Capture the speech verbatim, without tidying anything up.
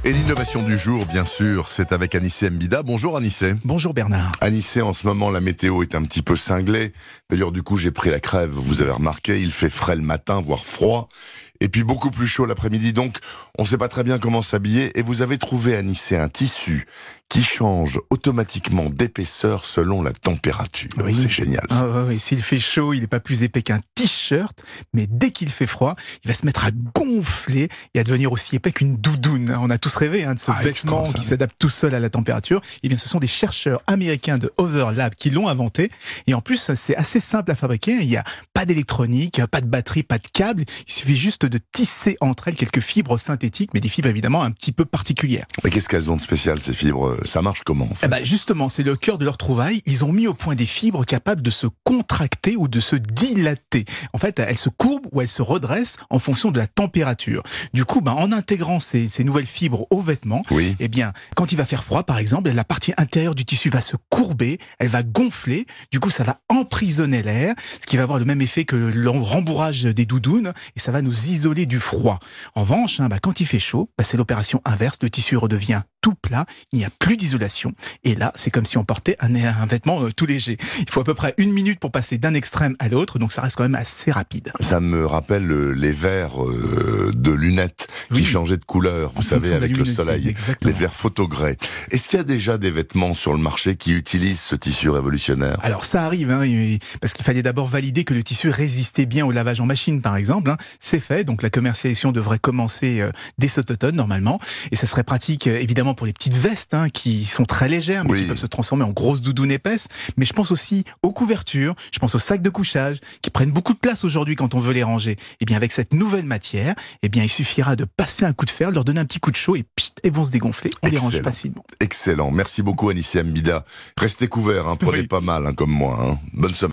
Et l'innovation du jour, bien sûr, c'est avec Anissé Mbida. Bonjour Anissé. Bonjour Bernard. Anissé, en ce moment, la météo est un petit peu cinglée. D'ailleurs, du coup, j'ai pris la crève. Vous avez remarqué, il fait frais le matin, voire froid. Et puis beaucoup plus chaud l'après-midi. Donc, on ne sait pas très bien comment s'habiller. Et vous avez trouvé, Anissé, un tissu qui change automatiquement d'épaisseur selon la température. Oui. C'est génial, ça. Ah, oui, s'il fait chaud, il n'est pas plus épais qu'un t-shirt, mais dès qu'il fait froid, il va se mettre à gonfler et à devenir aussi épais qu'une doudoune. On a tous rêvé hein, de ce Ah, vêtement extra, qui s'adapte tout seul à la température. Et bien, ce sont des chercheurs américains de Overlab qui l'ont inventé. Et en plus, c'est assez simple à fabriquer. Il n'y a pas d'électronique, pas de batterie, pas de câble. Il suffit juste de tisser entre elles quelques fibres synthétiques, mais des fibres évidemment un petit peu particulières. Mais qu'est-ce qu'elles ont de spécial, ces fibres? Ça marche comment, en fait? Eh ben justement, c'est le cœur de leur trouvaille. Ils ont mis au point des fibres capables de se contracter ou de se dilater. En fait, elles se courbent ou elles se redressent en fonction de la température. Du coup, ben, en intégrant ces, ces nouvelles fibres aux vêtements, Oui. eh bien, quand il va faire froid, par exemple, la partie intérieure du tissu va se courber, elle va gonfler. Du coup, ça va emprisonner l'air, ce qui va avoir le même effet que le rembourrage des doudounes, et ça va nous isoler du froid. En revanche, hein, ben, quand il fait chaud, ben, c'est l'opération inverse. Le tissu redevient tout plat, il n'y a plus d'isolation. Et là, c'est comme si on portait un, un vêtement euh, tout léger. Il faut à peu près une minute pour passer d'un extrême à l'autre, donc ça reste quand même assez rapide. Ça me rappelle euh, les verres euh, de lunettes qui Oui. changeaient de couleur, vous En savez, fonction de la avec le luminosité, soleil. exactement. Les verres photogrés. Est-ce qu'il y a déjà des vêtements sur le marché qui utilisent ce tissu révolutionnaire? Alors ça arrive, hein, parce qu'il fallait d'abord valider que le tissu résistait bien au lavage en machine, par exemple. Hein. C'est fait, donc la commercialisation devrait commencer euh, dès cet automne, normalement. Et ça serait pratique, euh, évidemment, pour les petites vestes, hein, qui sont très légères, mais Oui. qui peuvent se transformer en grosses doudounes épaisses. Mais je pense aussi aux couvertures, je pense aux sacs de couchage, qui prennent beaucoup de place aujourd'hui quand on veut les ranger. Et bien avec cette nouvelle matière, eh bien il suffira de passer un coup de fer, de leur donner un petit coup de chaud, et pchit, ils vont se dégonfler. On les range Excellent. facilement. Excellent. Merci beaucoup, Anissé Mbida. Restez couverts, hein, prenez Oui. pas mal, hein, comme moi. Hein. Bonne semaine.